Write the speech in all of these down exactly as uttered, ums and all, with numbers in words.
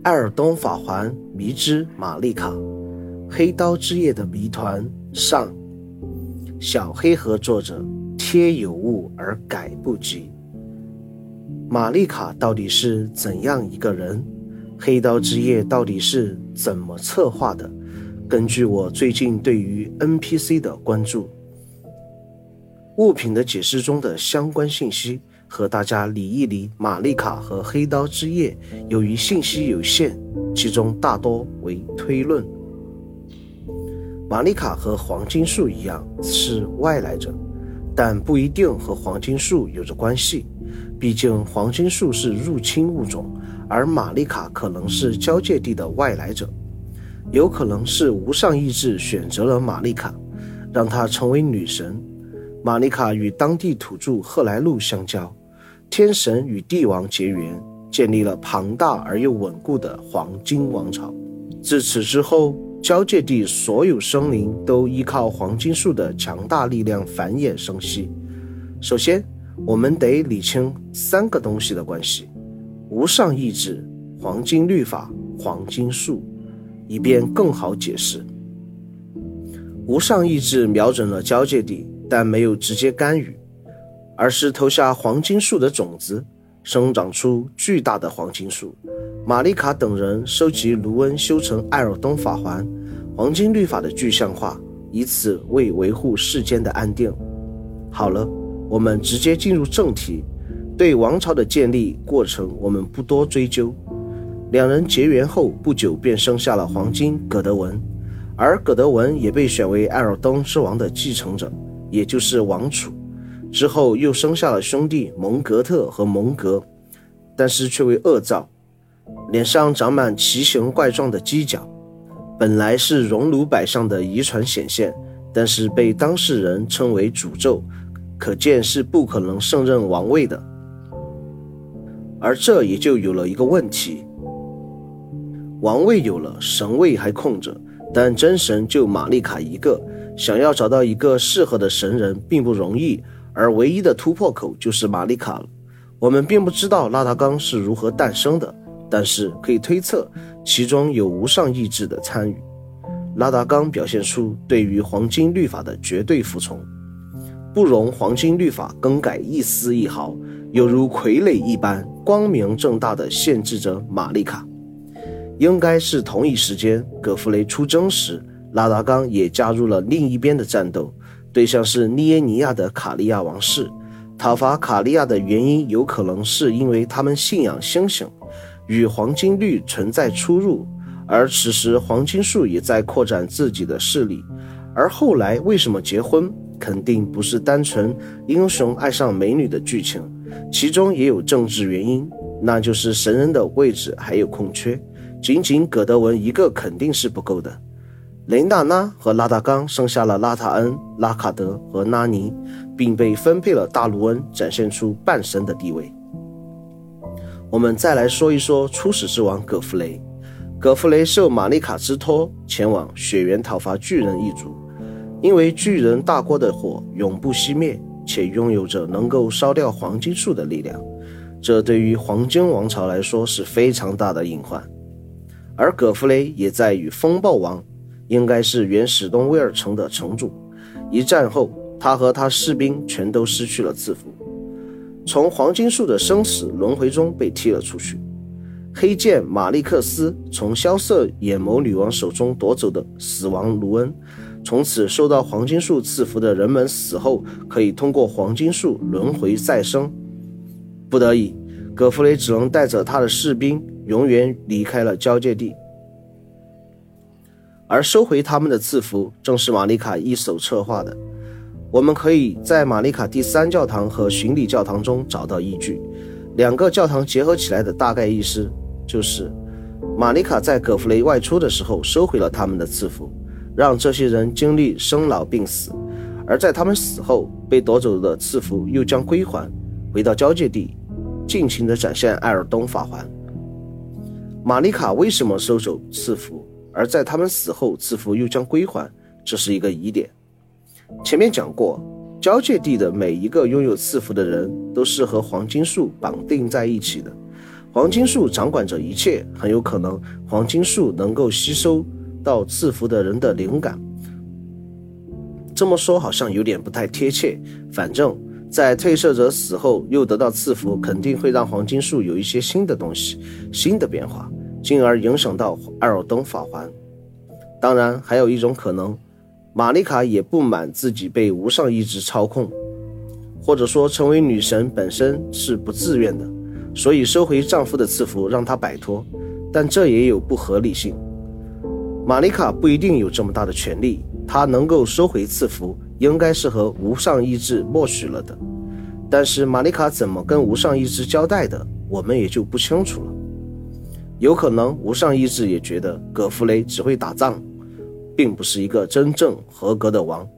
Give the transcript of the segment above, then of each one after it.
艾尔东法环迷之玛丽卡，黑刀之夜的谜团上。小黑盒作者贴有误而改不及。玛丽卡到底是怎样一个人？黑刀之夜到底是怎么策划的？根据我最近对于 N P C 的关注，物品的解释中的相关信息，和大家理一理玛丽卡和黑刀之夜。由于信息有限，其中大多为推论。玛丽卡和黄金树一样是外来者，但不一定和黄金树有着关系，毕竟黄金树是入侵物种，而玛丽卡可能是交界地的外来者。有可能是无上意志选择了玛丽卡，让她成为女神。玛丽卡与当地土著赫莱路相交，天神与帝王结缘，建立了庞大而又稳固的黄金王朝。自此之后，交界地所有生灵都依靠黄金树的强大力量繁衍生息。首先，我们得理清三个东西的关系：无上意志、黄金律法、黄金树，以便更好解释。无上意志瞄准了交界地，但没有直接干预，而是投下黄金树的种子，生长出巨大的黄金树。玛丽卡等人收集卢恩修成艾尔东法环，黄金律法的具象化，以此为维护世间的安定。好了，我们直接进入正题。对王朝的建立过程我们不多追究。两人结缘后不久便生下了黄金葛德文，而葛德文也被选为艾尔东之王的继承者，也就是王储。之后又生下了兄弟蒙格特和蒙格，但是却为恶兆，脸上长满奇形怪状的犄角。本来是熔炉摆上的遗传显现，但是被当事人称为诅咒，可见是不可能胜任王位的。而这也就有了一个问题，王位有了，神位还空着，但真神就玛丽卡一个，想要找到一个适合的神人并不容易，而唯一的突破口就是玛丽卡了。我们并不知道拉达冈是如何诞生的，但是可以推测其中有无上意志的参与。拉达冈表现出对于黄金律法的绝对服从，不容黄金律法更改一丝一毫，犹如傀儡一般光明正大地限制着玛丽卡。应该是同一时间，葛弗雷出征时，拉达冈也加入了另一边的战斗，对象是涅耶尼亚的卡利亚王室。讨伐卡利亚的原因有可能是因为他们信仰星星，与黄金律存在出入，而此时黄金树也在扩展自己的势力。而后来为什么结婚，肯定不是单纯英雄爱上美女的剧情，其中也有政治原因，那就是神人的位置还有空缺，仅仅葛德文一个肯定是不够的。雷娜娜和拉达冈生下了拉塔恩、拉卡德和拉尼，并被分配了大卢恩，展现出半神的地位。我们再来说一说初始之王葛弗雷。葛弗雷受玛丽卡之托前往雪原讨伐巨人一族，因为巨人大锅的火永不熄灭，且拥有着能够烧掉黄金树的力量，这对于黄金王朝来说是非常大的隐患。而葛弗雷也在与风暴王，应该是原史东威尔城的城主，一战后他和他士兵全都失去了赐福，从黄金树的生死轮回中被踢了出去。黑剑马利克斯从萧瑟眼眸女王手中夺走的死亡卢恩，从此受到黄金树赐福的人们死后可以通过黄金树轮回再生。不得已，葛弗雷只能带着他的士兵永远离开了交界地，而收回他们的赐福正是玛丽卡一手策划的。我们可以在玛丽卡第三教堂和巡礼教堂中找到依据，两个教堂结合起来的大概意思就是玛丽卡在葛弗雷外出的时候收回了他们的赐福，让这些人经历生老病死，而在他们死后被夺走的赐福又将归还，回到交界地尽情地展现艾尔东法环。玛丽卡为什么收走赐福，而在他们死后赐福又将归还，这是一个疑点。前面讲过，交界地的每一个拥有赐福的人都是和黄金树绑定在一起的， 黄金树掌管着一切，很有可能黄金树能够吸收到赐福的人的灵感。这么说好像有点不太贴切，反正在褪色者死后又得到赐福，肯定会让黄金树有一些新的东西，新的变化，进而影响到艾尔登法环。当然还有一种可能，玛丽卡也不满自己被无上意志操控，或者说成为女神本身是不自愿的，所以收回丈夫的赐福让她摆脱，但这也有不合理性。玛丽卡不一定有这么大的权利，她能够收回赐福应该是和无上意志默许了的，但是玛丽卡怎么跟无上意志交代的，我们也就不清楚了。有可能无上意志也觉得葛弗雷只会打仗，并不是一个真正合格的王。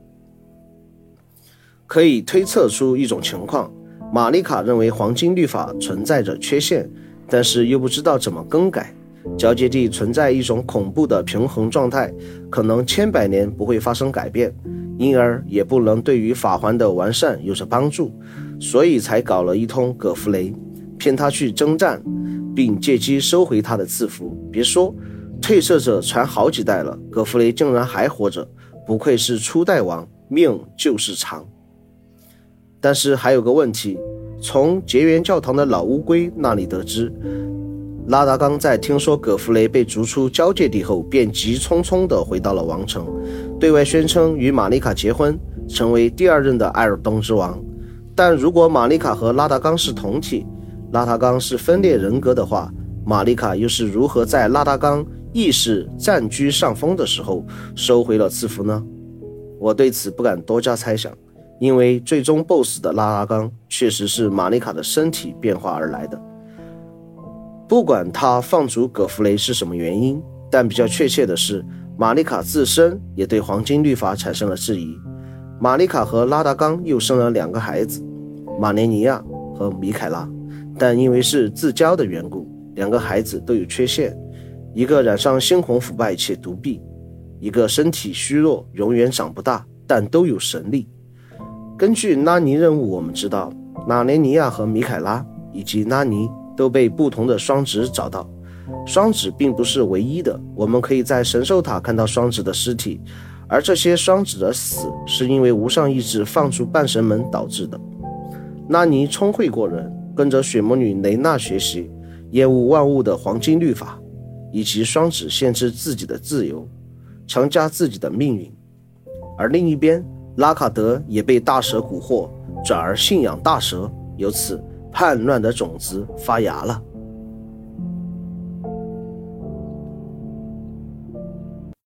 可以推测出一种情况，玛丽卡认为黄金律法存在着缺陷，但是又不知道怎么更改，交界地存在一种恐怖的平衡状态，可能千百年不会发生改变，因而也不能对于法环的完善有着帮助，所以才搞了一通葛弗雷，骗他去征战，并借机收回他的赐福。别说褪色者传好几代了，葛弗雷竟然还活着，不愧是初代王，命就是长。但是还有个问题，从结缘教堂的老乌龟那里得知，拉达冈在听说葛弗雷被逐出交界地后，便急匆匆地回到了王城，对外宣称与玛丽卡结婚，成为第二任的艾尔登之王。但如果玛丽卡和拉达冈是同体，拉达冈是分裂人格的话，玛丽卡又是如何在拉达冈意识占据上风的时候收回了赐福呢？我对此不敢多加猜想，因为最终 B O S S 的拉达冈确实是玛丽卡的身体变化而来的。不管他放逐葛弗雷是什么原因，但比较确切的是，玛丽卡自身也对黄金律法产生了质疑。玛丽卡和拉达冈又生了两个孩子，马莲尼亚和米凯拉，但因为是自交的缘故，两个孩子都有缺陷，一个染上猩红腐败且独臂，一个身体虚弱永远长不大，但都有神力。根据拉尼任务我们知道，马莲尼亚和米凯拉以及拉尼都被不同的双子找到，双子并不是唯一的，我们可以在神兽塔看到双子的尸体，而这些双子的死是因为无上意志放出半神门导致的。拉尼聪慧过人，跟着血魔女雷娜学习厌恶万物的黄金律法，以及双子限制自己的自由，强加自己的命运。而另一边，拉卡德也被大蛇蛊惑，转而信仰大蛇，由此叛乱的种子发芽了。